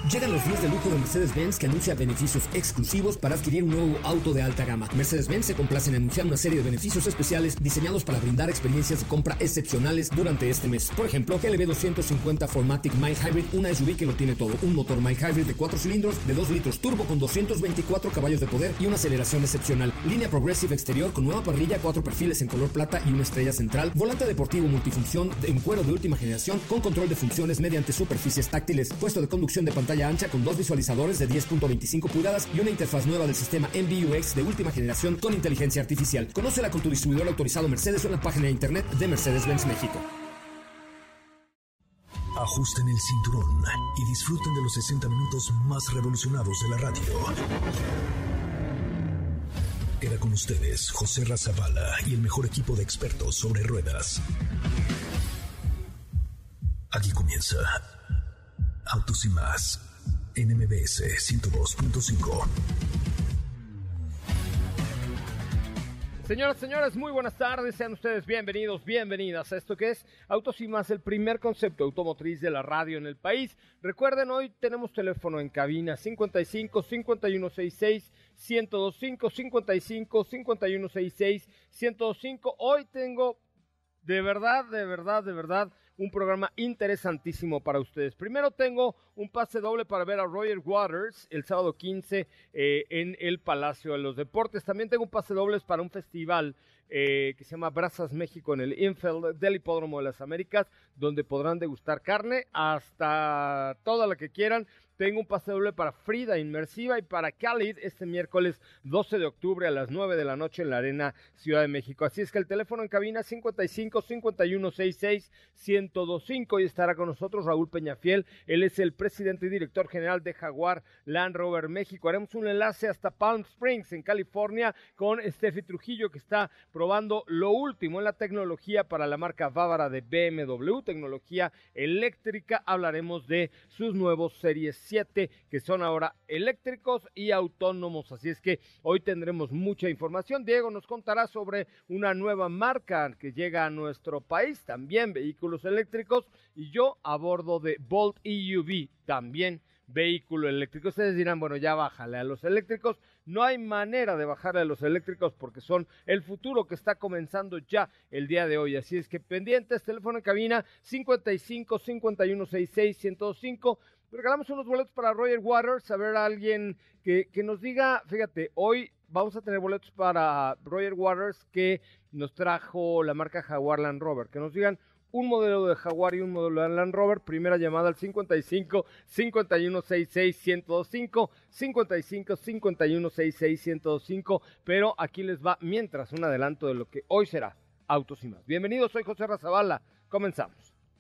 Llegan los días de lujo de Mercedes-Benz, que anuncia beneficios exclusivos para adquirir un nuevo auto de alta gama. Mercedes-Benz se complace en anunciar una serie de beneficios especiales diseñados para brindar experiencias de compra excepcionales durante este mes. Por ejemplo, GLB 250 4MATIC Mild Hybrid, una SUV que lo tiene todo. Un motor Mild Hybrid de 4 cilindros de 2 litros turbo con 224 caballos de poder y una aceleración excepcional. Línea Progressive exterior con nueva parrilla, 4 perfiles en color plata y una estrella central. Volante deportivo multifunción en cuero de última generación con control de funciones mediante superficies táctiles. Puesto de conducción de pantalla ancha con 2 visualizadores de 10.25 pulgadas y una interfaz nueva del sistema MBUX de última generación con inteligencia artificial. Conócela con tu distribuidor autorizado Mercedes o en la página de internet de Mercedes-Benz México. Ajusten el cinturón y disfruten de los 60 minutos más revolucionados de la radio. Queda con ustedes José Razabala y el mejor equipo de expertos sobre ruedas. Aquí comienza Autos y Más en MBS 102.5. Señoras, señores, muy buenas tardes. Sean ustedes bienvenidos, bienvenidas a esto que es Autos y Más, el primer concepto automotriz de la radio en el país. Recuerden, hoy tenemos teléfono en cabina 55 5166 1025, 55 5166 1025. Hoy tengo de verdad un programa interesantísimo para ustedes. Primero tengo un pase doble para ver a Roger Waters el sábado 15 en el Palacio de los Deportes. También tengo un pase doble para un festival que se llama Brasas México en el Infield del Hipódromo de las Américas, donde podrán degustar carne hasta toda la que quieran. Tengo un pase doble para Frida Inmersiva y para Khalid este miércoles 12 de octubre a las 9 de la noche en la Arena Ciudad de México. Así es que el teléfono en cabina 55 5166 1025 y estará con nosotros Raúl Peñafiel. Él es el presidente y director general de Jaguar Land Rover México. Haremos un enlace hasta Palm Springs en California con Steffi Trujillo, que está probando lo último en la tecnología para la marca bávara de BMW, tecnología eléctrica. Hablaremos de sus nuevos Series 7, que son ahora eléctricos y autónomos. Así es que hoy tendremos mucha información. Diego nos contará sobre una nueva marca que llega a nuestro país, también vehículos eléctricos, y yo a bordo de Bolt EUV, también vehículo eléctrico. Ustedes dirán, bueno, ya bájale a los eléctricos. No hay manera de bajarle a los eléctricos porque son el futuro que está comenzando ya el día de hoy. Así es que pendientes, teléfono en cabina 55 5166 1025. Regalamos unos boletos para Roger Waters, a ver a alguien que nos diga, fíjate, hoy vamos a tener boletos para Roger Waters que nos trajo la marca Jaguar Land Rover, que nos digan un modelo de Jaguar y un modelo de Land Rover. Primera llamada al 55 5166 1025, 55 5166 1025, pero aquí les va mientras un adelanto de lo que hoy será Autos y Más. Bienvenidos, soy José Razabala, comenzamos.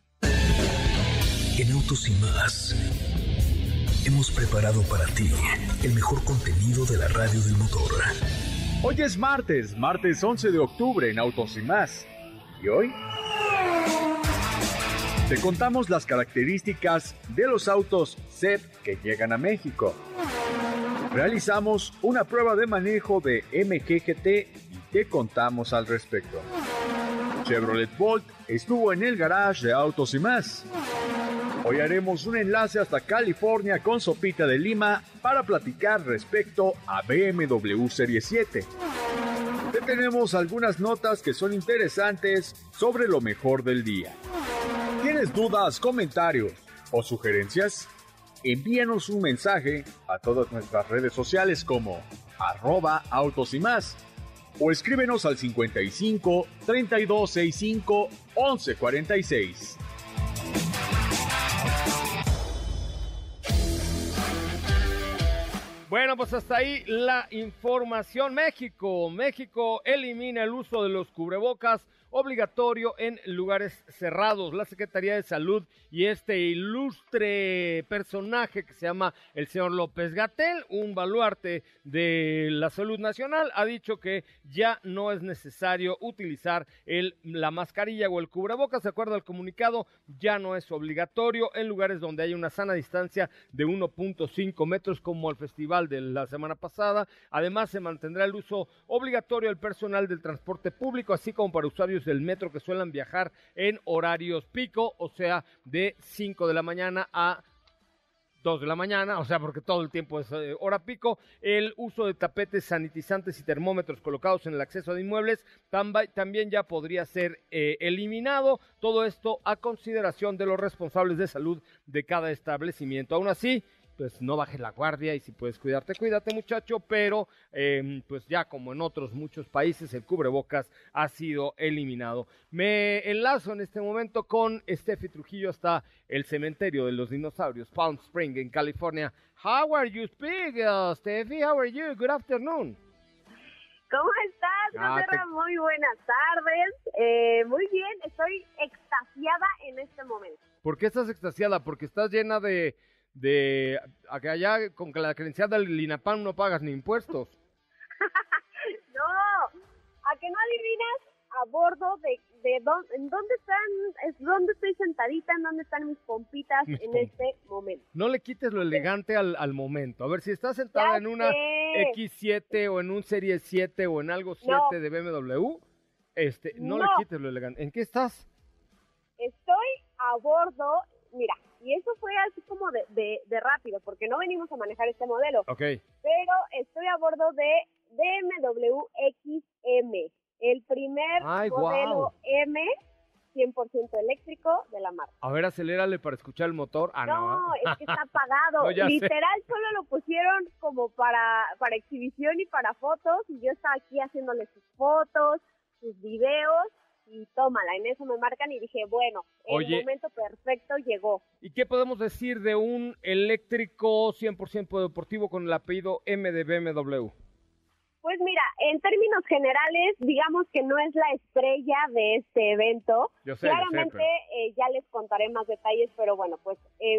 En Autos y Más hemos preparado para ti el mejor contenido de la radio del motor. Hoy es martes 11 de octubre en Autos y Más. ¿Y hoy? Te contamos las características de los autos ZEV que llegan a México. Realizamos una prueba de manejo de MG-GT y te contamos al respecto. Chevrolet Bolt estuvo en el garage de Autos y Más. Hoy haremos un enlace hasta California con Sopita de Lima para platicar respecto a BMW Serie 7. Te tenemos algunas notas que son interesantes sobre lo mejor del día. ¿Tienes dudas, comentarios o sugerencias? Envíanos un mensaje a todas nuestras redes sociales como @Autos y Más o escríbenos al 55 3265 1146. Bueno, pues hasta ahí la información. México elimina el uso de los cubrebocas obligatorio en lugares cerrados. La Secretaría de Salud y este ilustre personaje que se llama el señor López-Gatell, un baluarte de la salud nacional, ha dicho que ya no es necesario utilizar la mascarilla o el cubrebocas. De acuerdo al comunicado, ya no es obligatorio en lugares donde hay una sana distancia de 1.5 metros, como el festival de la semana pasada. Además, se mantendrá el uso obligatorio al personal del transporte público, así como para usuarios del metro que suelen viajar en horarios pico, o sea, de 5 de la mañana a 2 de la mañana, o sea, porque todo el tiempo es hora pico. El uso de tapetes sanitizantes y termómetros colocados en el acceso de inmuebles también ya podría ser eliminado. Todo esto a consideración de los responsables de salud de cada establecimiento. Aún así, pues no bajes la guardia y si puedes cuídate muchacho, pero pues ya como en otros muchos países el cubrebocas ha sido eliminado. Me enlazo en este momento con Steffi Trujillo hasta el cementerio de los dinosaurios, Palm Springs en California. How are you, Steffi? How are you? Good afternoon. ¿Cómo estás, José? Muy buenas tardes. Muy bien, estoy extasiada en este momento. ¿Por qué estás extasiada? Porque estás llena de allá con la credencial del INAPAM no pagas ni impuestos. No, ¿a que no adivinas a bordo en dónde estoy sentadita, en dónde están mis pompitas este momento? No le quites lo elegante al momento. A ver, si estás sentada en una X7 o en un Serie 7 o en algo 7 de BMW, no le quites lo elegante. ¿En qué estás? Estoy a bordo, mira, y eso fue así como de rápido, porque no venimos a manejar este modelo. Okay. Pero estoy a bordo de BMW XM, el primer modelo M 100% eléctrico de la marca. A ver, acelérale para escuchar el motor. No, es que está apagado. No, literal, solo lo pusieron como para exhibición y para fotos, y yo estaba aquí haciéndole sus fotos, sus videos, y tómala, en eso me marcan y dije, bueno, el momento perfecto llegó. ¿Y qué podemos decir de un eléctrico 100% deportivo con el apellido M de BMW? Pues mira, en términos generales, digamos que no es la estrella de este evento. Yo sé, claramente ya les contaré más detalles, pero bueno, pues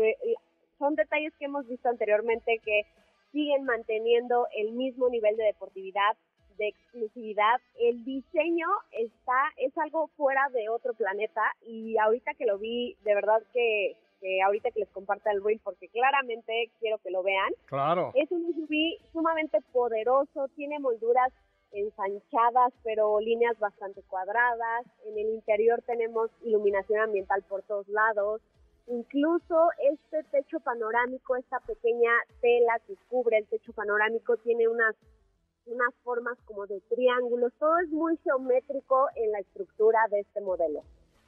son detalles que hemos visto anteriormente que siguen manteniendo el mismo nivel de deportividad, de exclusividad. El diseño es algo fuera de otro planeta, y ahorita que lo vi, de verdad que ahorita que les comparta el reel, porque claramente quiero que lo vean. Claro. Es un SUV sumamente poderoso, tiene molduras ensanchadas, pero líneas bastante cuadradas. En el interior tenemos iluminación ambiental por todos lados. Incluso este techo panorámico, esta pequeña tela que cubre el techo panorámico, tiene unas formas como de triángulos. Todo es muy geométrico en la estructura de este modelo.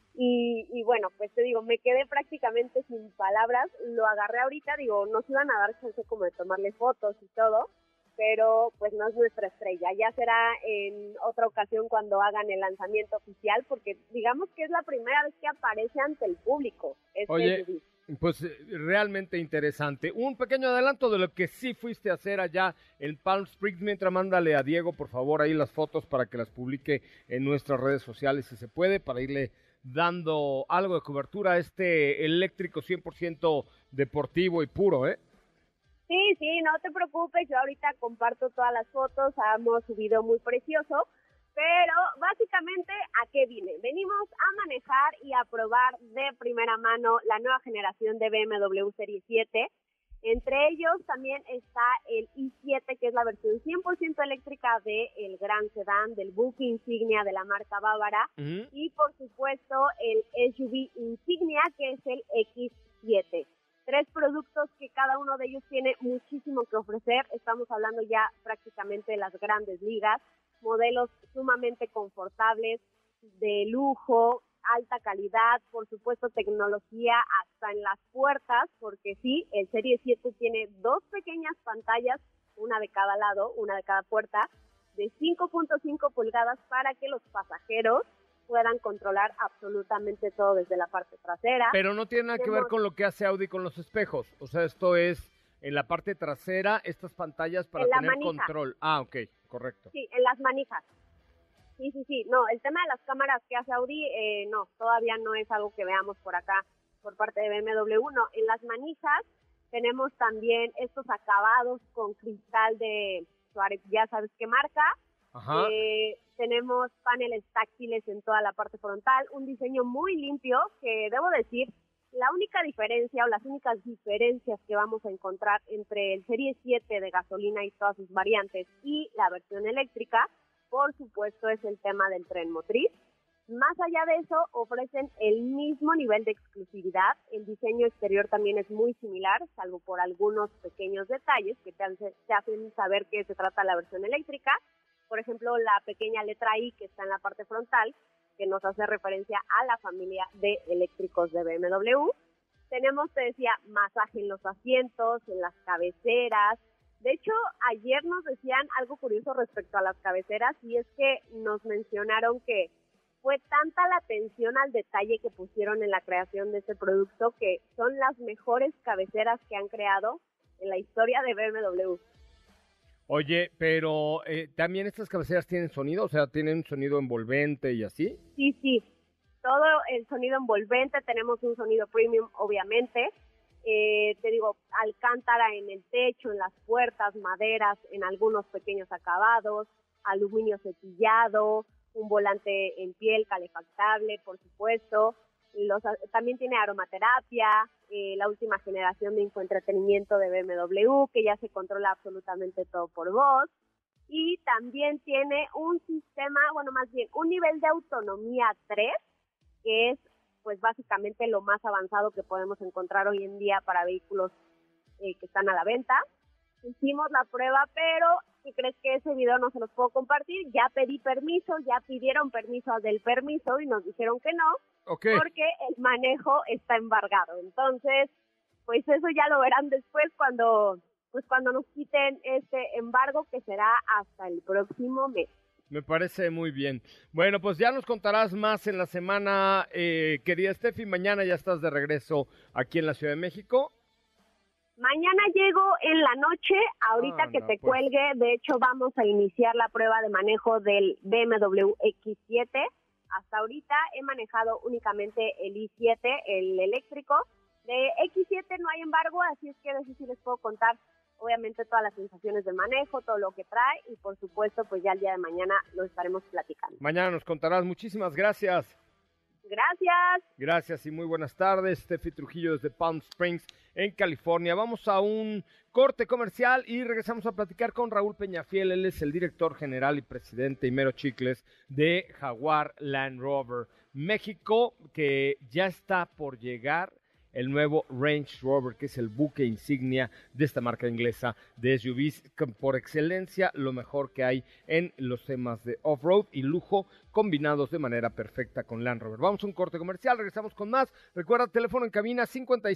Y bueno, pues te digo, me quedé prácticamente sin palabras. Lo agarré ahorita, digo, nos iban a dar chance como de tomarle fotos y todo, pero pues no es nuestra estrella. Ya será en otra ocasión cuando hagan el lanzamiento oficial, porque digamos que es la primera vez que aparece ante el público. Oye, pues realmente interesante. Un pequeño adelanto de lo que sí fuiste a hacer allá en Palm Springs. Mientras, mándale a Diego, por favor, ahí las fotos para que las publique en nuestras redes sociales, si se puede, para irle dando algo de cobertura a este eléctrico 100% deportivo y puro, ¿eh? Sí, no te preocupes, yo ahorita comparto todas las fotos, hemos subido muy precioso, pero básicamente, ¿a qué vine? Venimos a manejar y a probar de primera mano la nueva generación de BMW Serie 7. Entre ellos también está el i7, que es la versión 100% eléctrica del gran sedán, del buque insignia de la marca bávara. Uh-huh. Y por supuesto el SUV insignia, que es el X7. 3 productos que cada uno de ellos tiene muchísimo que ofrecer. Estamos hablando ya prácticamente de las grandes ligas. Modelos sumamente confortables, de lujo, alta calidad, por supuesto tecnología hasta en las puertas, porque sí, el Serie 7 tiene 2 pequeñas pantallas, una de cada lado, una de cada puerta, de 5.5 pulgadas para que los pasajeros puedan controlar absolutamente todo desde la parte trasera. Pero no tiene nada que ver con lo que hace Audi con los espejos, o sea, esto es en la parte trasera, estas pantallas para tener control. Ah, ok, correcto. Sí, en las manijas. Sí, no, el tema de las cámaras que hace Audi, no, todavía no es algo que veamos por acá, por parte de BMW, no. En las manijas tenemos también estos acabados con cristal de Suárez, ya sabes qué marca. Ajá. Tenemos paneles táctiles en toda la parte frontal, un diseño muy limpio que debo decir, la única diferencia o las únicas diferencias que vamos a encontrar entre el Serie 7 de gasolina y todas sus variantes y la versión eléctrica, por supuesto, es el tema del tren motriz. Más allá de eso, ofrecen el mismo nivel de exclusividad. El diseño exterior también es muy similar, salvo por algunos pequeños detalles que te hacen saber que se trata de la versión eléctrica. Por ejemplo, la pequeña letra I que está en la parte frontal, que nos hace referencia a la familia de eléctricos de BMW. Tenemos, te decía, masaje en los asientos, en las cabeceras. De hecho, ayer nos decían algo curioso respecto a las cabeceras, y es que nos mencionaron que fue tanta la atención al detalle que pusieron en la creación de este producto que son las mejores cabeceras que han creado en la historia de BMW. Oye, pero ¿también estas cabeceras tienen sonido? O sea, ¿tienen sonido envolvente y así? Sí. Todo el sonido envolvente, tenemos un sonido premium, obviamente. Te digo, alcántara en el techo, en las puertas, maderas, en algunos pequeños acabados, aluminio cepillado, un volante en piel calefactable, por supuesto. También tiene aromaterapia, la última generación de infoentretenimiento de BMW, que ya se controla absolutamente todo por voz. Y también tiene un sistema, un nivel de autonomía 3, que es pues básicamente lo más avanzado que podemos encontrar hoy en día para vehículos que están a la venta. Hicimos la prueba, pero ¿qué crees? Que ese video no se los puedo compartir. Ya pedí permiso, ya pidieron permiso del permiso y nos dijeron que no, porque el manejo está embargado. Entonces, pues eso ya lo verán después cuando nos quiten este embargo, que será hasta el próximo mes. Me parece muy bien. Bueno, pues ya nos contarás más en la semana, querida Steffi. Mañana ya estás de regreso aquí en la Ciudad de México. Mañana llego en la noche, ahorita cuelgue. De hecho, vamos a iniciar la prueba de manejo del BMW X7. Hasta ahorita he manejado únicamente el i7, el eléctrico. De X7 no hay embargo, así es que de eso sí les puedo contar, obviamente, todas las sensaciones de manejo, todo lo que trae, y por supuesto, pues ya el día de mañana lo estaremos platicando. Mañana nos contarás. Muchísimas gracias. Gracias y muy buenas tardes. Steffi Trujillo desde Palm Springs, en California. Vamos a un corte comercial y regresamos a platicar con Raúl Peñafiel. Él es el director general y presidente y mero chicles de Jaguar Land Rover México, que ya está por llegar el nuevo Range Rover, que es el buque insignia de esta marca inglesa de SUVs, por excelencia, lo mejor que hay en los temas de off-road y lujo, combinados de manera perfecta con Land Rover. Vamos a un corte comercial, regresamos con más. Recuerda, teléfono en cabina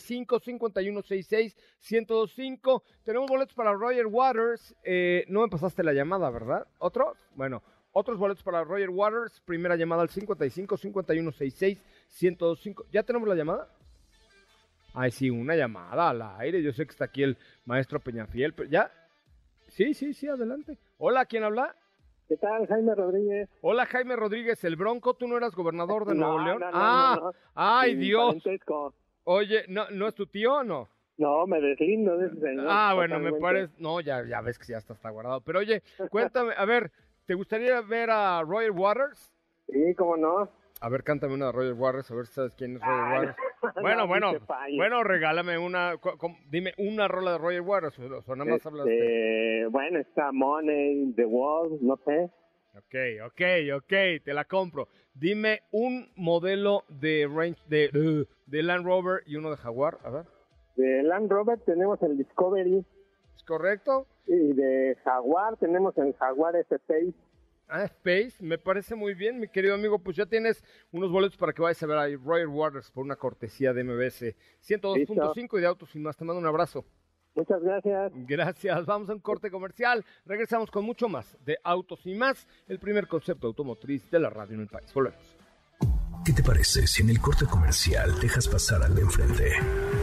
55-5166-1025. Tenemos boletos para Roger Waters. No me pasaste la llamada, ¿verdad? ¿Otros? Bueno, otros boletos para Roger Waters. Primera llamada al 55-5166-1025. ¿Ya tenemos la llamada? Ay, sí, una llamada al aire. Yo sé que está aquí el maestro Peñafiel, pero ¿ya? Sí, adelante. Hola, ¿quién habla? ¿Qué tal? Jaime Rodríguez. Hola, Jaime Rodríguez, el Bronco. ¿Tú no eras gobernador de Nuevo León? No. Ay, Sí, Dios. parentesco. Oye, ¿no es tu tío o no? No, me deslindo de ese señor. Bueno, totalmente. me parece... No, ya ves que ya está guardado. Pero oye, cuéntame, a ver, ¿te gustaría ver a Roger Waters? Sí, cómo no. A ver, cántame una de Roger Waters, a ver si sabes quién es Roger Waters. Bueno, regálame una, dime una rola de Roger Waters, o nada más hablaste. Bueno, está Money, The Wall, no sé. Ok, te la compro. Dime un modelo de Range, de Land Rover y uno de Jaguar, a ver. De Land Rover tenemos el Discovery. ¿Es correcto? Y de Jaguar tenemos el Jaguar F-Pace. Space, me parece muy bien, mi querido amigo. Pues ya tienes unos boletos para que vayas a ver a Roger Waters por una cortesía de MBS 102.5 y de Autos y Más. Te mando un abrazo. Muchas gracias. Gracias. Vamos a un corte comercial. Regresamos con mucho más de Autos y Más, el primer concepto automotriz de la radio en el país. Volvemos. ¿Qué te parece si en el corte comercial dejas pasar al de enfrente?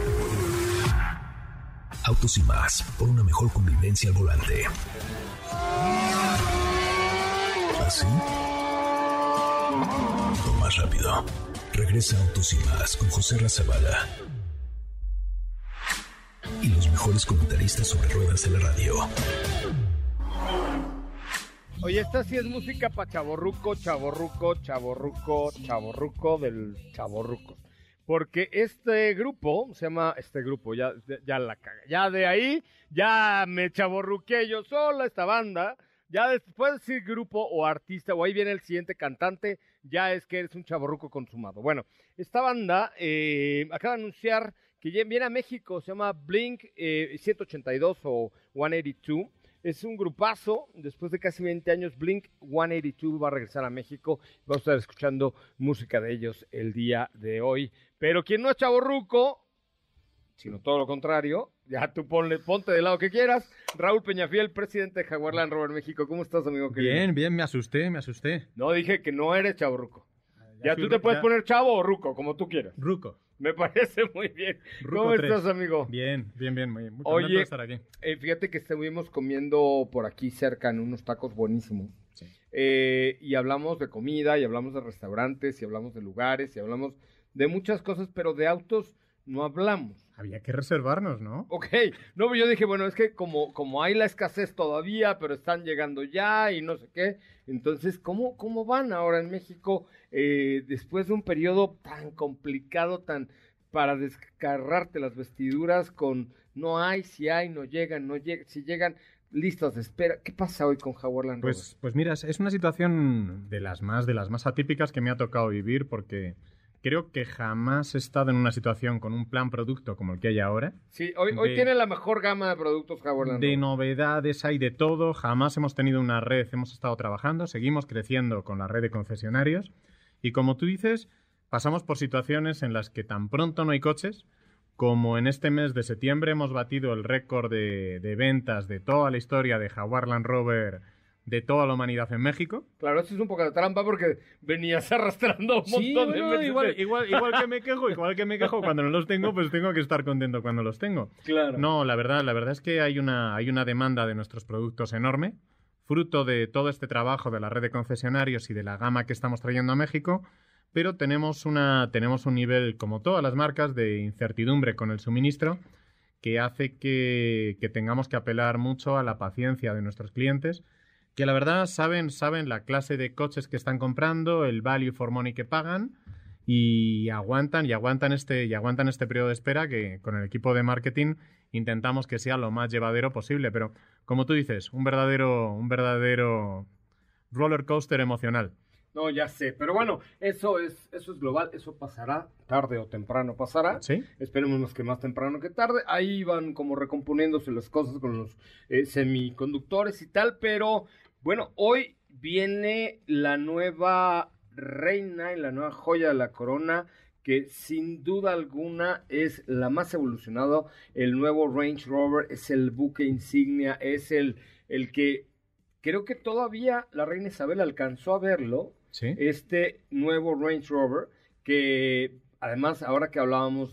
Autos y Más, por una mejor convivencia al volante. ¿Así? O más rápido. Regresa Autos y Más con José Razabala y los mejores comentaristas sobre ruedas de la radio. Oye, esta sí es música para chavorruco del chavorruco. Porque este grupo, ya la caga. Ya de ahí, ya me chavorruqué yo sola, esta banda. Ya después de decir grupo o artista, o ahí viene el siguiente cantante, ya es que eres un chavorruco consumado. Bueno, esta banda acaba de anunciar que ya viene a México, se llama Blink 182 o 182. Es un grupazo, después de casi 20 años, Blink 182 va a regresar a México. Vamos a estar escuchando música de ellos el día de hoy. Pero quien no es chavorruco, sino todo lo contrario, ya tú ponte del lado que quieras. Raúl Peñafiel, presidente de Jaguar Land Rover México. ¿Cómo estás, amigo querido? Bien, me asusté. No, dije que no eres chavorruco. Ya tú te puedes poner chavo o ruco, como tú quieras. Ruco. Me parece muy bien. Ruco ¿Cómo 3. estás, amigo? Bien. Muy contento Oye, de estar aquí. Fíjate que estuvimos comiendo por aquí cerca en unos tacos buenísimos. Sí. Y hablamos de comida, y hablamos de restaurantes, y hablamos de lugares, y hablamos de muchas cosas, pero de autos no hablamos. Había que reservarnos, ¿no? Ok, no, yo dije, bueno, es que como hay la escasez todavía, pero están llegando ya y no sé qué, entonces, ¿cómo van ahora en México después de un periodo tan complicado, para descarrarte las vestiduras con no hay, si hay, no llegan, si llegan, listas de espera? ¿Qué pasa hoy con Jaguar Land Rover? Pues mira, es una situación de las más atípicas que me ha tocado vivir porque creo que jamás he estado en una situación con un plan producto como el que hay ahora. Sí, hoy tiene la mejor gama de productos Jaguar Land Rover. De novedades hay de todo, jamás hemos tenido una red, hemos estado trabajando, seguimos creciendo con la red de concesionarios y como tú dices, pasamos por situaciones en las que tan pronto no hay coches, como en este mes de septiembre hemos batido el récord de ventas de toda la historia de Jaguar Land Rover de toda la humanidad en México. Claro, esto es un poco de trampa porque venías arrastrando un montón de meses. Igual que me quejo cuando no los tengo, pues tengo que estar contento cuando los tengo. Claro. No, la verdad es que hay una demanda de nuestros productos enorme, fruto de todo este trabajo de la red de concesionarios y de la gama que estamos trayendo a México, pero tenemos un nivel, como todas las marcas, de incertidumbre con el suministro que hace que tengamos que apelar mucho a la paciencia de nuestros clientes, que la verdad saben la clase de coches que están comprando, el value for money que pagan y aguantan este periodo de espera que con el equipo de marketing intentamos que sea lo más llevadero posible, pero como tú dices, un verdadero roller coaster emocional. No, ya sé, pero bueno, eso es global, eso pasará, tarde o temprano pasará. ¿Sí? Esperemos que más temprano que tarde. Ahí van como recomponiéndose las cosas con los semiconductores y tal, pero bueno, hoy viene la nueva reina y la nueva joya de la corona, que sin duda alguna es la más evolucionada. El nuevo Range Rover es el buque insignia, es el que creo que todavía la reina Isabel alcanzó a verlo. ¿Sí? Este nuevo Range Rover, que además, ahora que hablábamos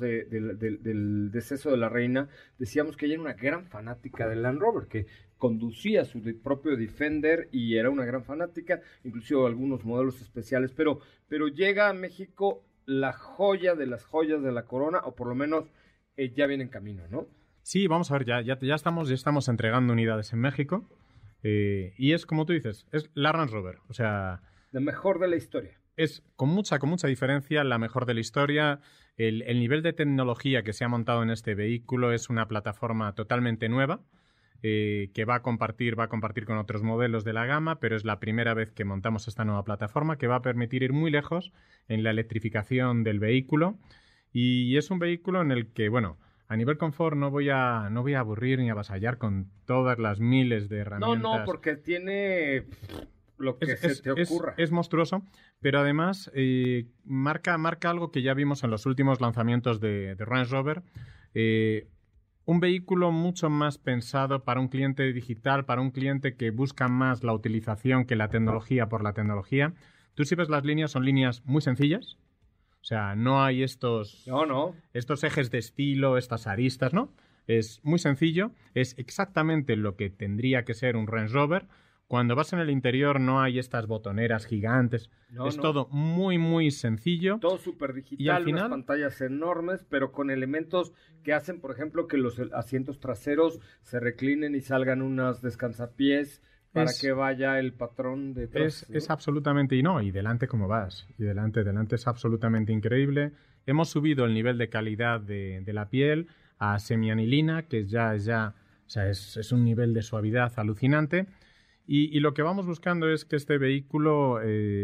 del deceso de la reina, decíamos que ella era una gran fanática del Land Rover, que conducía su propio Defender y era una gran fanática, incluso algunos modelos especiales, pero llega a México la joya de las joyas de la corona, o por lo menos ya viene en camino, ¿no? Sí, vamos a ver, ya estamos entregando unidades en México y es como tú dices, es la Range Rover, o sea... La mejor de la historia. Es con mucha diferencia la mejor de la historia. El nivel de tecnología que se ha montado en este vehículo es una plataforma totalmente nueva que va a compartir con otros modelos de la gama, pero es la primera vez que montamos esta nueva plataforma que va a permitir ir muy lejos en la electrificación del vehículo y es un vehículo en el que, bueno, a nivel confort no voy a aburrir ni avasallar con todas las miles de herramientas. No, porque tiene... lo que se te ocurra. Es monstruoso, pero además marca algo que ya vimos en los últimos lanzamientos de Range Rover. Un vehículo mucho más pensado para un cliente digital, para un cliente que busca más la utilización que la tecnología por la tecnología. Tú si ves las líneas, son líneas muy sencillas. O sea, no hay estos ejes de estilo, estas aristas, ¿no? Es muy sencillo, es exactamente lo que tendría que ser un Range Rover. Cuando vas en el interior no hay estas botoneras gigantes. Todo muy, muy sencillo. Todo súper digital, y al final, unas pantallas enormes, pero con elementos que hacen, por ejemplo, que los asientos traseros se reclinen y salgan unas descansapiés para que vaya el patrón detrás. Es absolutamente... Y delante cómo vas. Y delante es absolutamente increíble. Hemos subido el nivel de calidad de la piel a semianilina, que o sea, es un nivel de suavidad alucinante. Y lo que vamos buscando es que este vehículo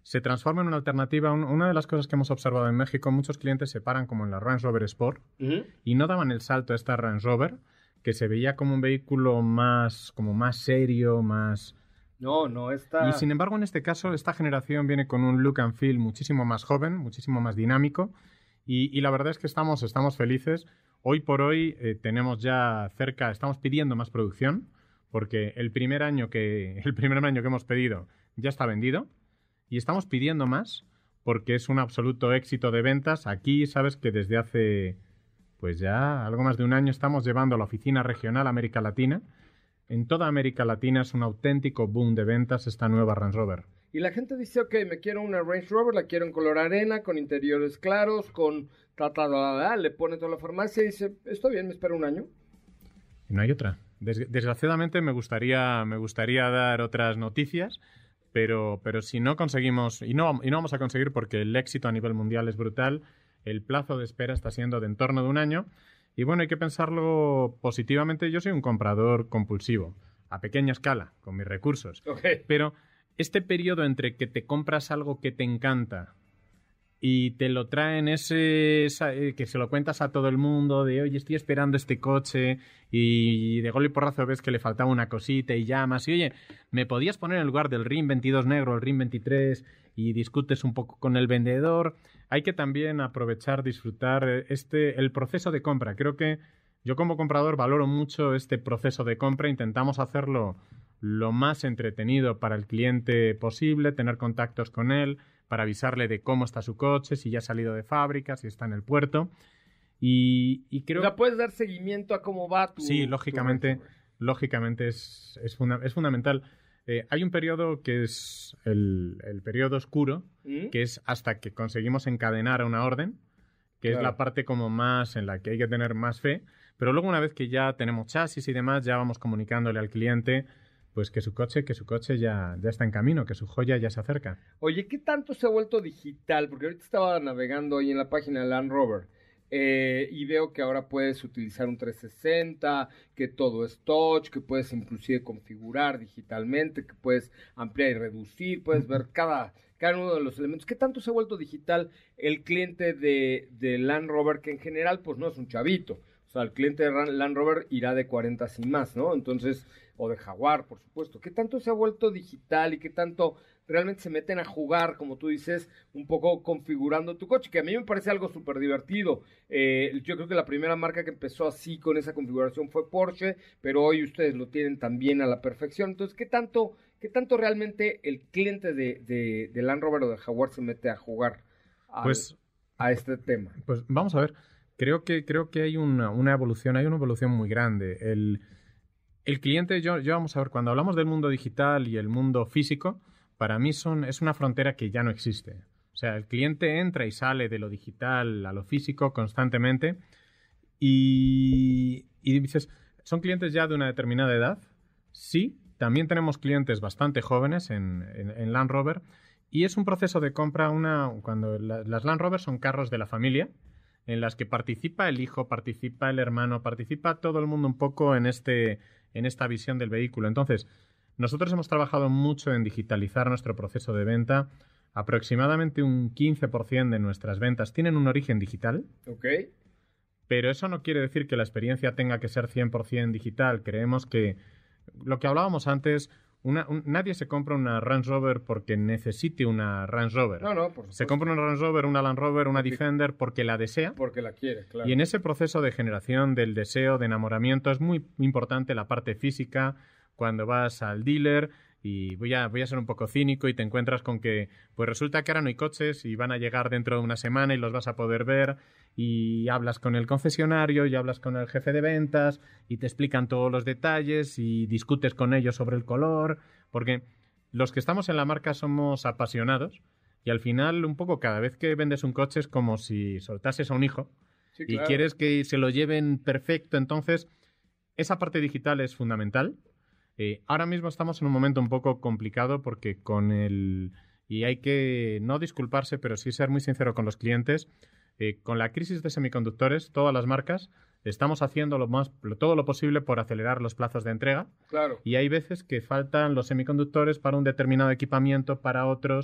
se transforma en una alternativa. Una de las cosas que hemos observado en México, muchos clientes se paran como en la Range Rover Sport y no daban el salto a esta Range Rover, que se veía como un vehículo más serio, más... No, está... Y sin embargo, en este caso, esta generación viene con un look and feel muchísimo más joven, muchísimo más dinámico, y la verdad es que estamos felices. Hoy por hoy tenemos ya estamos pidiendo más producción, porque el primer año que hemos pedido ya está vendido, y estamos pidiendo más, porque es un absoluto éxito de ventas. Aquí, sabes que desde hace, pues ya algo más de un año estamos llevando a la oficina regional América Latina. En toda América Latina es un auténtico boom de ventas esta nueva Range Rover. Y la gente dice, ok, me quiero una Range Rover, la quiero en color arena, con interiores claros, con le pone toda la farmacia y dice, está bien, me espero un año. No hay otra. Desgraciadamente me gustaría dar otras noticias, pero si no conseguimos, y no vamos a conseguir porque el éxito a nivel mundial es brutal, el plazo de espera está siendo de en torno de un año. Y bueno, hay que pensarlo positivamente. Yo soy un comprador compulsivo, a pequeña escala, con mis recursos. Okay. Pero este periodo entre que te compras algo que te encanta y te lo traen que se lo cuentas a todo el mundo, de oye, estoy esperando este coche, y de golpe y porrazo ves que le faltaba una cosita y llamas, y oye, ¿me podías poner en lugar del RIN 22 negro el RIN 23? Y discutes un poco con el vendedor. Hay que también aprovechar, disfrutar el proceso de compra. Creo que yo como comprador valoro mucho este proceso de compra. Intentamos hacerlo lo más entretenido para el cliente posible, tener contactos con él para avisarle de cómo está su coche, si ya ha salido de fábrica, si está en el puerto. Y creo... O sea, puedes dar seguimiento a cómo va tu... Sí, lógicamente es fundamental. Hay un periodo que es el periodo oscuro, que es hasta que conseguimos encadenar a una orden, que es la parte como más en la que hay que tener más fe, pero luego una vez que ya tenemos chasis y demás, ya vamos comunicándole al cliente pues que su coche ya está en camino, que su joya ya se acerca. Oye, ¿qué tanto se ha vuelto digital? Porque ahorita estaba navegando ahí en la página de Land Rover y veo que ahora puedes utilizar un 360, que todo es touch, que puedes inclusive configurar digitalmente, que puedes ampliar y reducir, puedes ver cada uno de los elementos. ¿Qué tanto se ha vuelto digital el cliente de Land Rover, que en general pues no es un chavito? O sea, el cliente de Land Rover irá de 40 sin más, ¿no? Entonces, o de Jaguar, por supuesto. ¿Qué tanto se ha vuelto digital y qué tanto realmente se meten a jugar, como tú dices, un poco configurando tu coche? Que a mí me parece algo súper divertido. Yo creo que la primera marca que empezó así con esa configuración fue Porsche, pero hoy ustedes lo tienen también a la perfección. Entonces, ¿qué tanto realmente el cliente de Land Rover o de Jaguar se mete a jugar a este tema? Pues vamos a ver. Creo que hay una evolución, muy grande. El cliente, yo vamos a ver, cuando hablamos del mundo digital y el mundo físico, para mí es una frontera que ya no existe. O sea, el cliente entra y sale de lo digital a lo físico constantemente y dices, ¿son clientes ya de una determinada edad? Sí, también tenemos clientes bastante jóvenes en Land Rover y es un proceso de compra, cuando las Land Rover son carros de la familia, en las que participa el hijo, participa el hermano, participa todo el mundo un poco en esta visión del vehículo. Entonces, nosotros hemos trabajado mucho en digitalizar nuestro proceso de venta. Aproximadamente un 15% de nuestras ventas tienen un origen digital. Ok. Pero eso no quiere decir que la experiencia tenga que ser 100% digital. Creemos que lo que hablábamos antes... nadie se compra una Range Rover porque necesite una Range Rover. No, por supuesto. Se compra una Range Rover, una Land Rover, una Defender porque la desea. Porque la quiere, claro. Y en ese proceso de generación del deseo, de enamoramiento, es muy importante la parte física. Cuando vas al dealer, y voy a ser un poco cínico, y te encuentras con que pues resulta que ahora no hay coches y van a llegar dentro de una semana y los vas a poder ver, y hablas con el concesionario y hablas con el jefe de ventas y te explican todos los detalles y discutes con ellos sobre el color, porque los que estamos en la marca somos apasionados y al final un poco cada vez que vendes un coche es como si soltases a un hijo. Sí, claro. Y quieres que se lo lleven perfecto. Entonces esa parte digital es fundamental. Ahora mismo estamos en un momento un poco complicado porque y hay que no disculparse, pero sí ser muy sincero con los clientes. Con la crisis de semiconductores, todas las marcas estamos haciendo todo lo posible por acelerar los plazos de entrega. Claro. Y hay veces que faltan los semiconductores para un determinado equipamiento, para otros,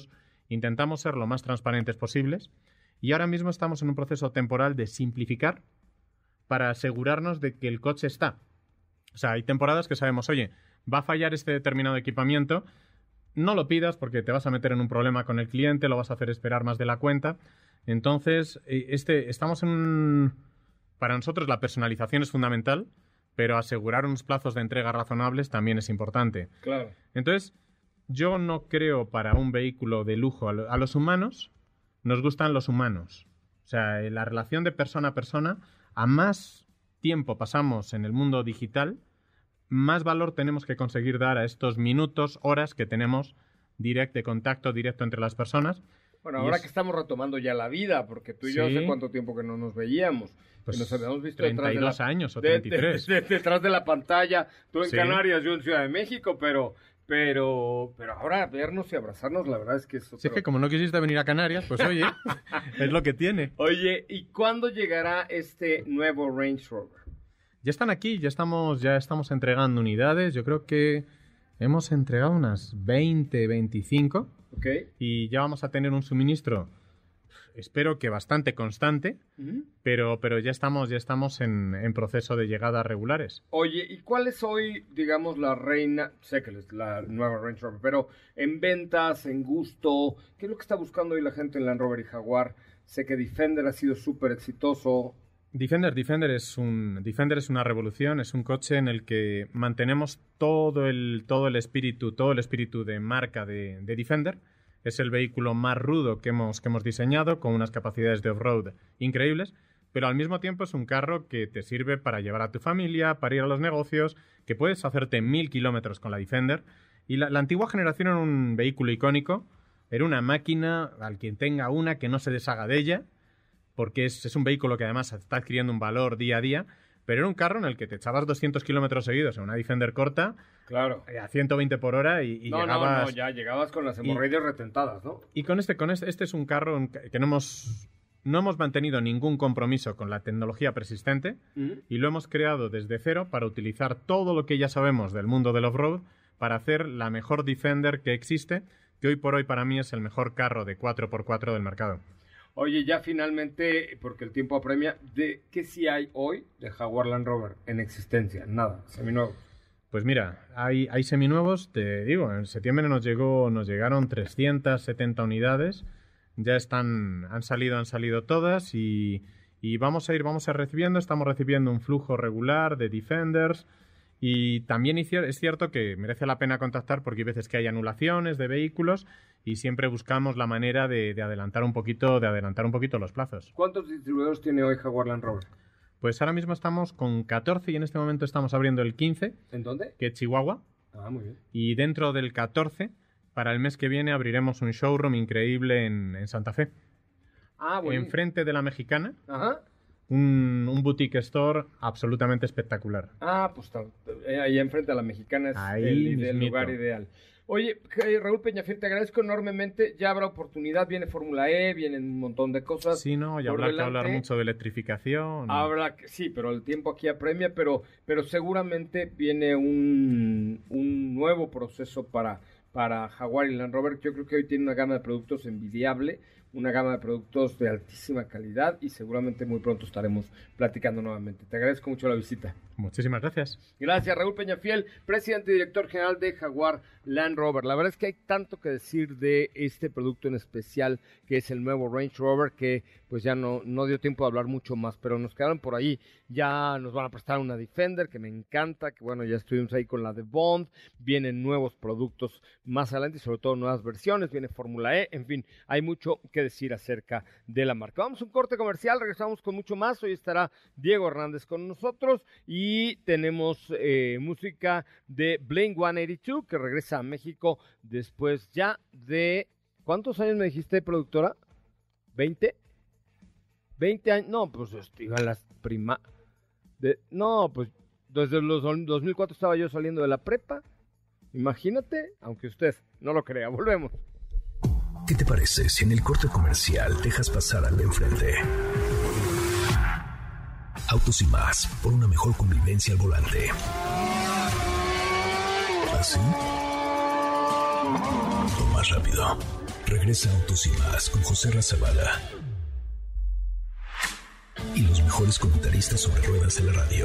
Intentamos ser lo más transparentes posibles y ahora mismo estamos en un proceso temporal de simplificar para asegurarnos de que el coche está. O sea, hay temporadas que sabemos, oye, va a fallar este determinado equipamiento, no lo pidas porque te vas a meter en un problema con el cliente, lo vas a hacer esperar más de la cuenta. Entonces, estamos en... Para nosotros la personalización es fundamental, pero asegurar unos plazos de entrega razonables también es importante. Claro. Entonces, yo no creo para un vehículo de lujo a los humanos, nos gustan los humanos. O sea, la relación de persona a persona, a más tiempo pasamos en el mundo digital, más valor tenemos que conseguir dar a estos minutos, horas que tenemos de contacto directo entre las personas. Bueno, ahora que estamos retomando ya la vida, porque tú y yo hace cuánto tiempo que no nos veíamos. Pues que nos habíamos visto 32 años o 33. Detrás de la pantalla, tú en Canarias, yo en Ciudad de México, pero ahora vernos y abrazarnos, la verdad es que eso... Sí, es que como no quisiste venir a Canarias, pues oye, es lo que tiene. Oye, ¿y cuándo llegará este nuevo Range Rover? Ya están aquí, ya estamos entregando unidades. Yo creo que hemos entregado unas 20, 25. Okay. Y ya vamos a tener un suministro, espero que bastante constante, pero ya estamos en proceso de llegadas regulares. Oye, ¿y cuál es hoy, digamos, la reina? Sé que es la nueva Range Rover, pero en ventas, en gusto, ¿qué es lo que está buscando hoy la gente en Land Rover y Jaguar? Sé que Defender ha sido súper exitoso. Defender es una revolución, es un coche en el que mantenemos todo el espíritu de marca de Defender. Es el vehículo más rudo que hemos diseñado, con unas capacidades de off-road increíbles, pero al mismo tiempo es un carro que te sirve para llevar a tu familia, para ir a los negocios, que puedes hacerte 1000 kilómetros con la Defender. Y la antigua generación era un vehículo icónico, era una máquina, al quien tenga una, que no se deshaga de ella, porque es un vehículo que además está adquiriendo un valor día a día, pero era un carro en el que te echabas 200 kilómetros seguidos en una Defender corta, claro, a 120 por hora y llegabas... No, ya llegabas con las hemorroides retentadas, ¿no? Y con este es un carro que no hemos mantenido ningún compromiso con la tecnología persistente y lo hemos creado desde cero para utilizar todo lo que ya sabemos del mundo del off-road para hacer la mejor Defender que existe, que hoy por hoy para mí es el mejor carro de 4x4 del mercado. Oye, ya finalmente, porque el tiempo apremia, ¿de qué sí hay hoy de Jaguar Land Rover en existencia? Nada, seminuevos. Pues mira, hay seminuevos, te digo, en septiembre nos llegaron 370 unidades, ya han salido todas y vamos a ir recibiendo, estamos recibiendo un flujo regular de Defenders. Y también es cierto que merece la pena contactar porque hay veces que hay anulaciones de vehículos y siempre buscamos la manera de adelantar un poquito los plazos. ¿Cuántos distribuidores tiene hoy Jaguar Land Rover? Pues ahora mismo estamos con 14 y en este momento estamos abriendo el 15. ¿En dónde? Que es Chihuahua. Ah, muy bien. Y dentro del 14, para el mes que viene, abriremos un showroom increíble en Santa Fe. Ah, bueno. Enfrente de la Mexicana. Ajá. Un boutique store absolutamente espectacular. Ah, pues ahí enfrente a la Mexicana es el lugar ideal. Oye, Raúl Peñafiel, te agradezco enormemente. Ya habrá oportunidad, viene Fórmula E, vienen un montón de cosas. Sí, no, ya habrá que hablar mucho de electrificación. Sí, pero el tiempo aquí apremia, pero seguramente viene un nuevo proceso para Jaguar y Land Rover. Yo creo que hoy tiene una gama de productos envidiable, una gama de productos de altísima calidad y seguramente muy pronto estaremos platicando nuevamente. Te agradezco mucho la visita. Muchísimas gracias. Gracias, Raúl Peñafiel, presidente y director general de Jaguar Land Rover. La verdad es que hay tanto que decir de este producto en especial, que es el nuevo Range Rover, que pues ya no dio tiempo de hablar mucho más, pero nos quedaron por ahí. Ya nos van a prestar una Defender, que me encanta, que bueno, ya estuvimos ahí con la de Bond. Vienen nuevos productos más adelante y sobre todo nuevas versiones. Viene Fórmula E, en fin, hay mucho que decir acerca de la marca. Vamos a un corte comercial, regresamos con mucho más. Hoy estará Diego Hernández con nosotros y tenemos música de Blink-182 que regresa a México después ya de... ¿Cuántos años me dijiste, productora? ¿20? 20 años, no, pues iba a las pues desde los 2004 estaba yo saliendo de la prepa, imagínate, aunque usted no lo crea. Volvemos. ¿Qué te parece si en el corte comercial dejas pasar al de enfrente? Autos y más, por una mejor convivencia al volante. ¿Así? O más rápido. Regresa Autos y Más con José Razabala y los mejores comentaristas sobre ruedas de la radio.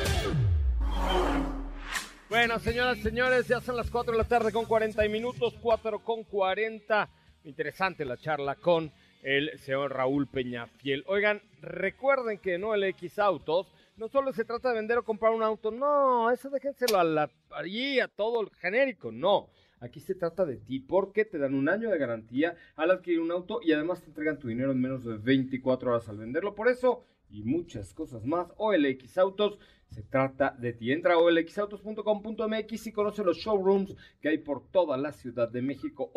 Bueno, señoras y señores, ya son las 4 de la tarde con 40 minutos, 4:40. Interesante la charla con el señor Raúl Peñafiel. Oigan, recuerden que en OLX Autos no solo se trata de vender o comprar un auto, no, eso déjenselo a todo el genérico, no. Aquí se trata de ti porque te dan un año de garantía al adquirir un auto y además te entregan tu dinero en menos de 24 horas al venderlo. Por eso y muchas cosas más, OLX Autos se trata de ti. Entra a olxautos.com.mx y conoce los showrooms que hay por toda la Ciudad de México.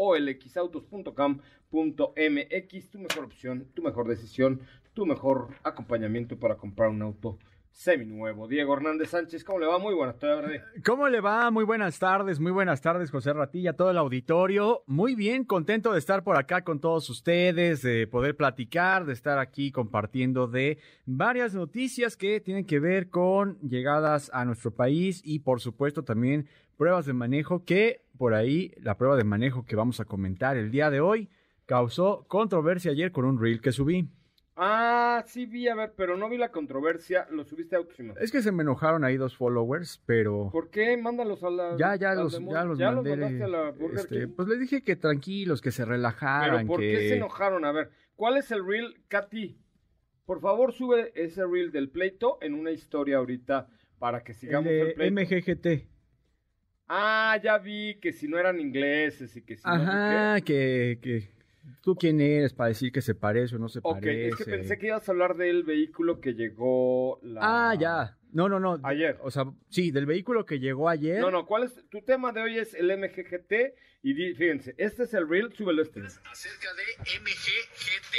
olxautos.com.mx, tu mejor opción, tu mejor decisión, tu mejor acompañamiento para comprar un auto seminuevo. Diego Hernández Sánchez, ¿cómo le va? Muy buenas tardes. ¿Cómo le va? Muy buenas tardes, José Ratilla, todo el auditorio. Muy bien, contento de estar por acá con todos ustedes, de poder platicar, de estar aquí compartiendo de varias noticias que tienen que ver con llegadas a nuestro país y por supuesto también pruebas de manejo que por ahí, la prueba de manejo que vamos a comentar el día de hoy, causó controversia ayer con un reel que subí. Ah, sí vi, a ver, pero no vi la controversia, lo subiste a Autos y Más. Es que se me enojaron ahí 2 followers, pero... ¿Por qué? Mándalos a la... Ya los mandé. Mandaste a la Burger King? Pues les dije que tranquilos, que se relajaran. ¿Pero por qué se enojaron? A ver, ¿cuál es el reel, Katy? Por favor, sube ese reel del pleito en una historia ahorita para que sigamos el pleito. MGGT. Ah, ya vi que si no eran ingleses y que si no sé qué. que... ¿Tú quién eres para decir que se parece o no se parece? Ok, es que pensé que ibas a hablar del vehículo que llegó ya. No. Ayer. O sea, sí, del vehículo que llegó ayer. No, ¿cuál es? Tu tema de hoy es el MGGT y fíjense, este es el reel, súbelo este. Acerca de MGGT.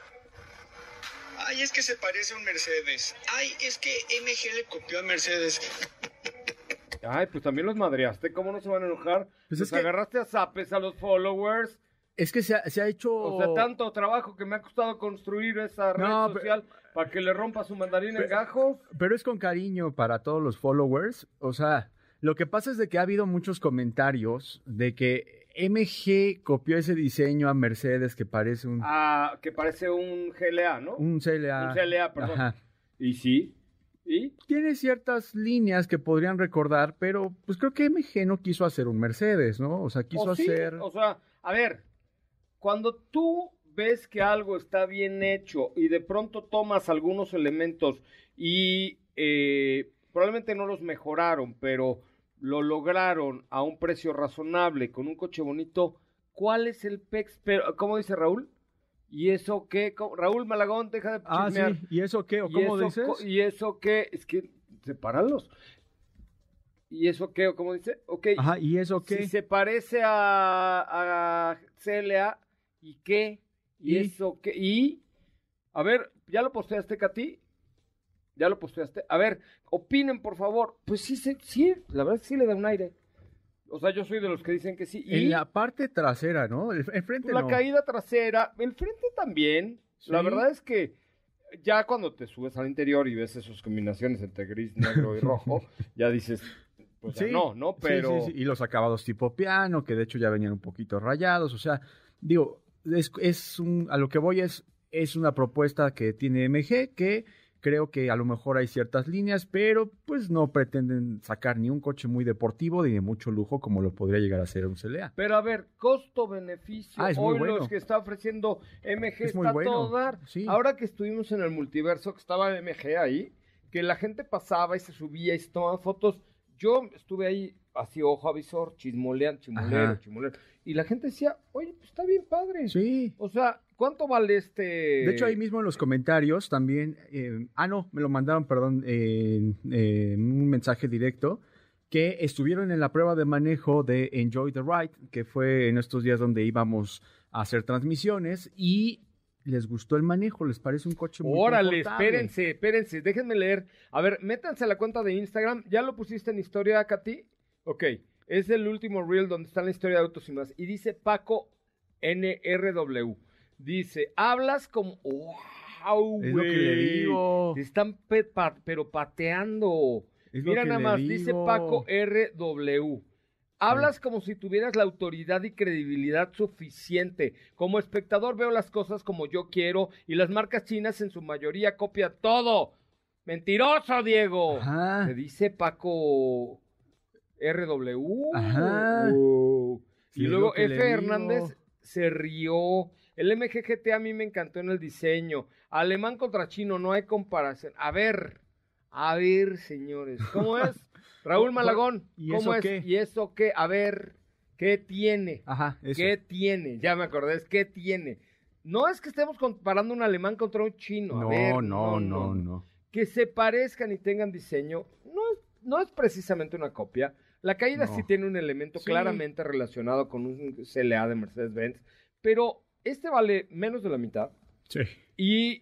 Ay, es que se parece a un Mercedes. Ay, es que MG le copió a Mercedes. Ay, pues también los madreaste, ¿cómo no se van a enojar? Pues es que agarraste a zapes a los followers. Es que se ha hecho... O sea, tanto trabajo que me ha costado construir esa red social para que le rompa su mandarín en gajos. Pero es con cariño para todos los followers. O sea, lo que pasa es de que ha habido muchos comentarios de que MG copió ese diseño a Mercedes que parece un... Ah, que parece un GLA, ¿no? Un CLA. Un CLA, perdón. Ajá. ¿Y sí? ¿Y? Tiene ciertas líneas que podrían recordar, pero pues creo que MG no quiso hacer un Mercedes, ¿no? O sea, quiso hacer... O sea, a ver... Cuando tú ves que algo está bien hecho y de pronto tomas algunos elementos y probablemente no los mejoraron, pero lo lograron a un precio razonable con un coche bonito, ¿cuál es el PEX? Pero, ¿cómo dice Raúl? ¿Y eso qué? Raúl Malagón, deja de chismear. Ah, sí. ¿Y eso qué? ¿O cómo dices? ¿Y eso qué? Es que, sepáralos. ¿Y eso qué? ¿O cómo dice? Ok. Ajá, ¿y eso qué? Si se parece a CLA... ¿Y qué? ¿Y eso qué? ¿Y? A ver, ¿ya lo posteaste, Katy? ¿Ya lo posteaste? A ver, opinen, por favor. Pues sí, la verdad es que sí le da un aire. O sea, yo soy de los que dicen que sí. ¿Y? En la parte trasera, ¿no? El frente no. La caída trasera, el frente también. ¿Sí? La verdad es que ya cuando te subes al interior y ves esas combinaciones entre gris, negro y rojo, ya dices... Pues sí, no, pero... Sí. Y los acabados tipo piano, que de hecho ya venían un poquito rayados. O sea, digo... a lo que voy es una propuesta que tiene MG que creo que a lo mejor hay ciertas líneas, pero pues no pretenden sacar ni un coche muy deportivo ni de mucho lujo como lo podría llegar a ser un CLA. Pero a ver, costo-beneficio, hoy bueno. Los que está ofreciendo MG es está bueno. todo dar. Sí. Ahora que estuvimos en el multiverso, que estaba MG ahí, que la gente pasaba y se subía y se tomaba fotos, yo estuve ahí así ojo avisor, chimolero. Y la gente decía, oye, pues está bien padre. Sí. O sea, ¿cuánto vale este...? De hecho, ahí mismo en los comentarios también... me lo mandaron, perdón, un mensaje directo, que estuvieron en la prueba de manejo de Enjoy the Ride, que fue en estos días donde íbamos a hacer transmisiones, y les gustó el manejo, les parece un coche muy Órale, confortable. espérense, déjenme leer. A ver, métanse a la cuenta de Instagram. ¿Ya lo pusiste en historia, Katy? Ok. Es el último reel donde está la historia de Autos y Más. Y dice Paco NRW. Dice, hablas como... ¡Wow, güey! Es lo que le digo. Te están pero pateando. Mira nada más, dice Paco RW. Hablas como si tuvieras la autoridad y credibilidad suficiente. Como espectador veo las cosas como yo quiero y las marcas chinas en su mayoría copian todo. ¡Mentiroso, Diego! Ajá. Te dice Paco RW. Ajá. Y Sí, luego lo que le F. digo. Hernández se rió. El MGGT a mí me encantó en el diseño. Alemán contra chino, no hay comparación. A ver, señores, ¿cómo es? Raúl Malagón, ¿Y ¿cómo eso es? qué? ¿Y eso qué? A ver, ¿qué tiene? Ajá, eso. ¿Qué tiene? Ya me acordé, es ¿qué tiene? No es que estemos comparando un alemán contra un chino. A ver, No. que se parezcan y tengan diseño, no es precisamente una copia. La caída No. sí tiene un elemento Sí. claramente relacionado con un CLA de Mercedes-Benz, pero este vale menos de la mitad. Sí. Y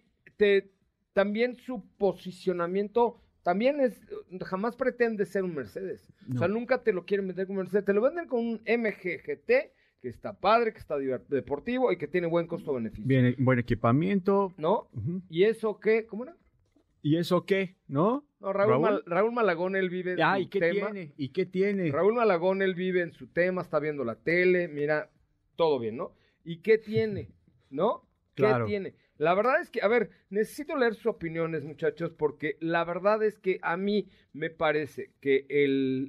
también su posicionamiento también jamás pretende ser un Mercedes. No. O sea, nunca te lo quieren vender como Mercedes. Te lo venden con un MGGT que está padre, que está deportivo y que tiene buen costo-beneficio. Bien, buen equipamiento. ¿No? Ujú. ¿Y eso qué? ¿Cómo era? ¿Y eso qué? ¿No? No, Raúl Malagón, él vive en Ah, su ¿y qué tema. tiene? ¿Y qué tiene? Raúl Malagón, él vive en su tema, está viendo la tele, mira, todo bien, ¿no? ¿Y qué tiene? ¿No? ¿Qué Claro. tiene? La verdad es que, a ver, necesito leer sus opiniones, muchachos, porque la verdad es que a mí me parece que el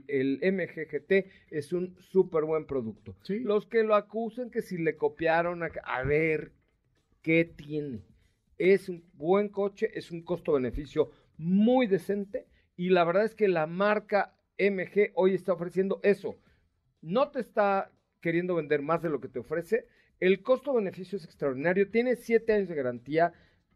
MGGT es un súper buen producto. Sí. Los que lo acusen que si le copiaron, a ver, ¿qué tiene? Es un buen coche, es un costo-beneficio muy decente y la verdad es que la marca MG hoy está ofreciendo eso. No te está queriendo vender más de lo que te ofrece. El costo-beneficio es extraordinario, tiene 7 años de garantía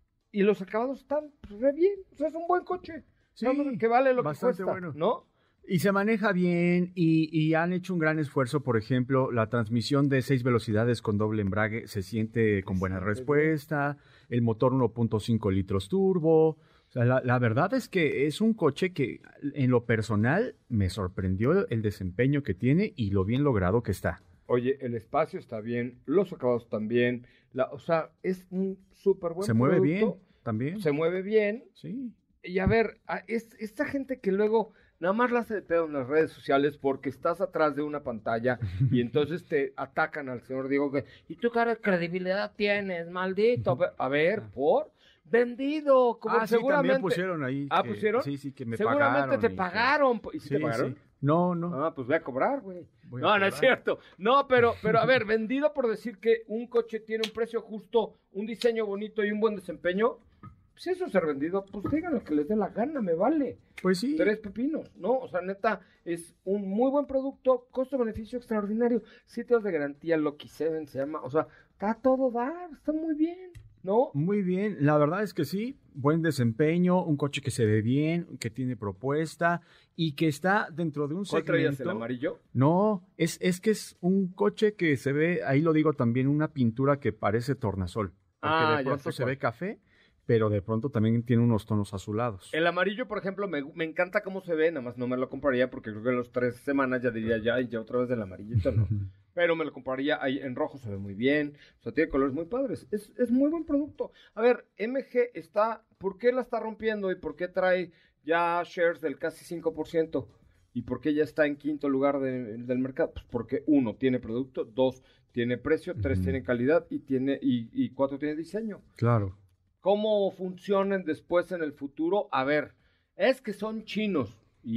y los acabados están re bien. O sea, es un buen coche. Sí, Que vale lo que bastante cuesta, bueno. ¿no? Y se maneja bien y han hecho un gran esfuerzo, por ejemplo, la transmisión de 6 velocidades con doble embrague se siente con buena respuesta, el motor 1.5 litros turbo. O sea, la verdad es que es un coche que en lo personal me sorprendió el desempeño que tiene y lo bien logrado que está. Oye, el espacio está bien, los acabados también, o sea, es un súper buen Se mueve bien producto. también. Se mueve bien. Sí. Y a ver, esta gente que luego nada más la hace de pedo en las redes sociales porque estás atrás de una pantalla y entonces te atacan al señor Diego que, ¿y tú qué credibilidad tienes, maldito? A ver, ¿por? Vendido, como Sí, seguramente. también pusieron ahí. ¿Pusieron? Sí, que me seguramente pagaron. te pagaron. ¿Y si te pagaron? Sí. No. Ah, pues voy a cobrar, güey. Voy a No, no cobrar. es cierto. No, pero a ver, vendido por decir que un coche tiene un precio justo, un diseño bonito y un buen desempeño, si eso es ser vendido, pues digan lo que les dé la gana, me vale. Pues sí. 3 pepinos, ¿no? O sea, neta, es un muy buen producto, costo-beneficio extraordinario, 7 años de garantía, Lucky 7 se llama, o sea, está a todo dar, está muy bien, ¿no? Muy bien, la verdad es que sí, buen desempeño, un coche que se ve bien, que tiene propuesta y que está dentro de un ¿Cuál traías, segmento. el amarillo? No, es que es un coche que se ve, ahí lo digo también, una pintura que parece tornasol. Porque de ya pronto sé se cuál. ve café, pero de pronto también tiene unos tonos azulados. El amarillo, por ejemplo, me encanta cómo se ve, nada más no me lo compraría porque creo que en las 3 semanas ya diría ya otra vez del amarillito, no. Pero me lo compraría ahí en rojo, se ve muy bien, o sea, tiene colores muy padres, es muy buen producto. A ver, MG ¿por qué la está rompiendo y por qué trae ya shares del casi 5%? ¿Y por qué ya está en quinto lugar del mercado? Pues porque 1, tiene producto, 2, tiene precio, 3, tiene calidad y 4, tiene diseño. Claro. ¿Cómo funcionan después en el futuro? A ver, es que son chinos.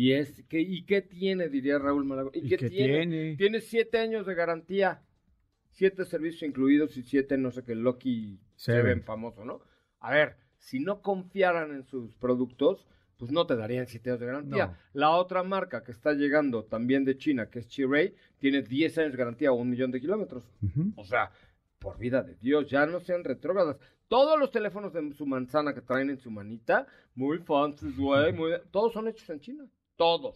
¿Y qué tiene? Diría Raúl Malagón. ¿Y qué tiene? Tiene 7 años de garantía, 7 servicios incluidos y 7 no sé qué, Lucky 7 famoso, ¿no? A ver, si no confiaran en sus productos, pues no te darían 7 años de garantía. No. La otra marca que está llegando también de China, que es Chery, tiene 10 años de garantía o 1 millón de kilómetros. Ujú. O sea, por vida de Dios, ya no sean retrógradas. Todos los teléfonos de su manzana que traen en su manita, muy fancy, güey, todos son hechos en China. Todos.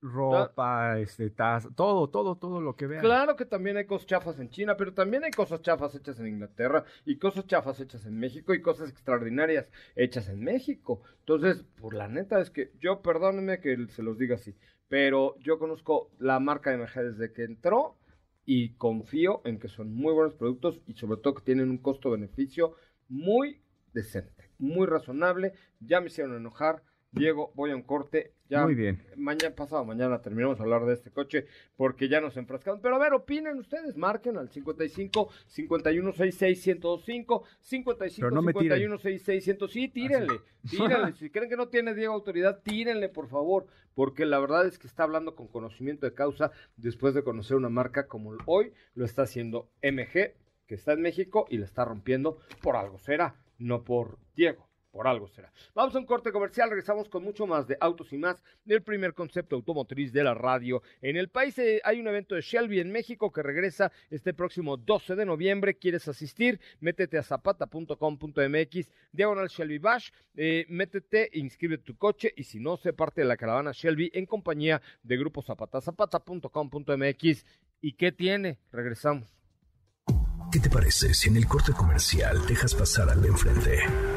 Ropa, taza, todo lo que vean. Claro que también hay cosas chafas en China, pero también hay cosas chafas hechas en Inglaterra y cosas chafas hechas en México y cosas extraordinarias hechas en México. Entonces, por la neta es que yo, perdónenme que se los diga así, pero yo conozco la marca MG desde que entró y confío en que son muy buenos productos y sobre todo que tienen un costo-beneficio muy decente, muy razonable. Ya me hicieron enojar. Diego, voy a un corte. Ya muy bien. Pasado mañana terminamos de hablar de este coche porque ya nos enfrascamos. Pero a ver, opinen ustedes, marquen al 55 51 66 1025, 55 no 51 66 100. Sí, tírenle. Si creen que no tiene Diego autoridad, tírenle, por favor, porque la verdad es que está hablando con conocimiento de causa después de conocer una marca como hoy lo está haciendo MG, que está en México y la está rompiendo. Por algo será, no por Diego. Por algo será. Vamos a un corte comercial, regresamos con mucho más de Autos y Más, del primer concepto automotriz de la radio en el país. Hay un evento de Shelby en México que regresa este próximo 12 de noviembre. ¿Quieres asistir? Métete a zapata.com.mx, diagonal Shelby Bash, métete, inscribe tu coche y si no, sé parte de la caravana Shelby en compañía de Grupo Zapata, zapata.com.mx. ¿Y qué tiene? Regresamos. ¿Qué te parece si en el corte comercial dejas pasar al de enfrente?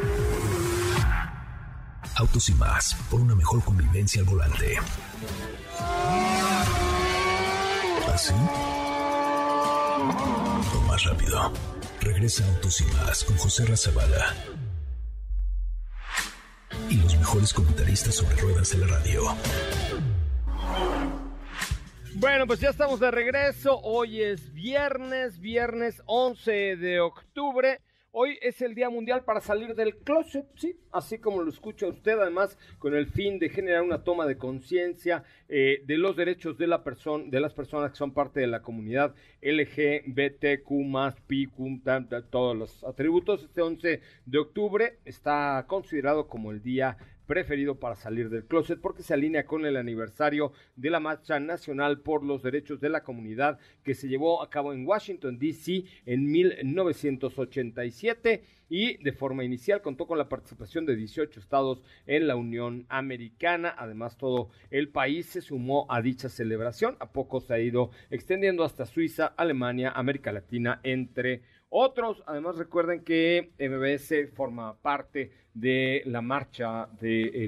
Autos y Más, por una mejor convivencia al volante. ¿Así? O más rápido. Regresa Autos y Más con José Razabala y los mejores comentaristas sobre ruedas de la radio. Bueno, pues ya estamos de regreso. Hoy es viernes 11 de octubre. Hoy es el Día Mundial para salir del closet, sí, así como lo escucha usted, además con el fin de generar una toma de conciencia de los derechos de las personas que son parte de la comunidad LGBTQ+, PQ, todos los atributos. Este 11 de octubre está considerado como el día preferido para salir del closet porque se alinea con el aniversario de la Marcha Nacional por los Derechos de la Comunidad que se llevó a cabo en Washington, D.C. en 1987 y de forma inicial contó con la participación de 18 estados en la Unión Americana. Además, todo el país se sumó a dicha celebración. A poco se ha ido extendiendo hasta Suiza, Alemania, América Latina, entre otros. Además, recuerden que MBS forma parte de la marcha de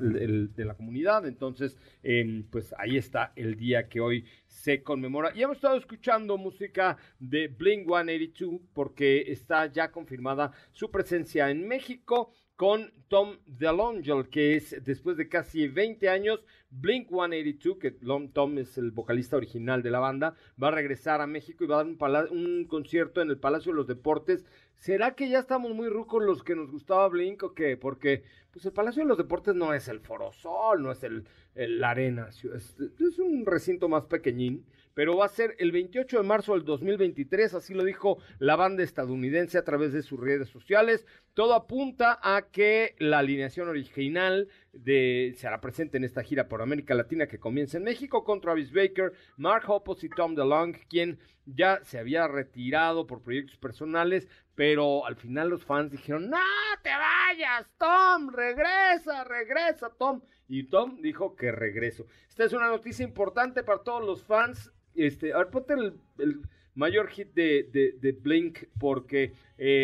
la comunidad, entonces pues ahí está el día que hoy se conmemora. Y hemos estado escuchando música de Blink-182 porque está ya confirmada su presencia en México con Tom DeLonge, que es, después de casi 20 años, Blink-182, que Tom es el vocalista original de la banda, va a regresar a México y va a dar un concierto en el Palacio de los Deportes. ¿Será que ya estamos muy rucos los que nos gustaba Blink o qué? Porque pues el Palacio de los Deportes no es el Foro Sol, no es la Arena, es un recinto más pequeñín, pero va a ser el 28 de marzo del 2023, así lo dijo la banda estadounidense a través de sus redes sociales. Todo apunta a que la alineación original se hará presente en esta gira por América Latina que comienza en México con Travis Baker, Mark Hoppus y Tom DeLonge, quien ya se había retirado por proyectos personales, pero al final los fans dijeron, ¡no te vayas, Tom! ¡Regresa, Tom! Y Tom dijo que regreso. Esta es una noticia importante para todos los fans. A ver, ponte el mayor hit de Blink, porque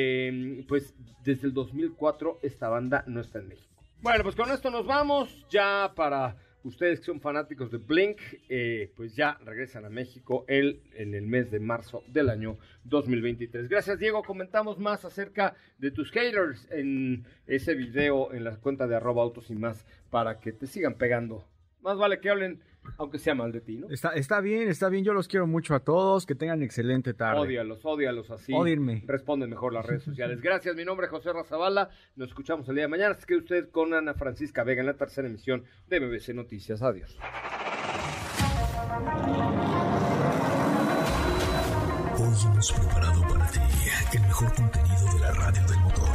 pues desde el 2004 esta banda no está en México. Bueno, pues con esto nos vamos. Ya para ustedes que son fanáticos de Blink, pues ya regresan a México en el mes de marzo del año 2023. Gracias, Diego. Comentamos más acerca de tus haters en ese video en la cuenta de @autosymás para que te sigan pegando. Más vale que hablen, aunque sea mal de ti, ¿no? Está bien. Yo los quiero mucho a todos. Que tengan excelente tarde. Ódialos así. Ódienme. Responden mejor las redes sociales. Gracias, mi nombre es José Razabala. Nos escuchamos el día de mañana. Se queda usted con Ana Francisca Vega en la tercera emisión de BBC Noticias. Adiós. Hoy hemos preparado para ti el mejor contenido de la radio del motor.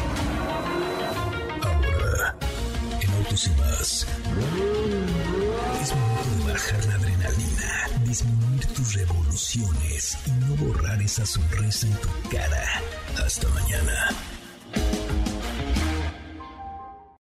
Ahora, en Autos y Más, es momento de bajar la adrenalina, disminuir tus revoluciones y no borrar esa sonrisa en tu cara. Hasta mañana.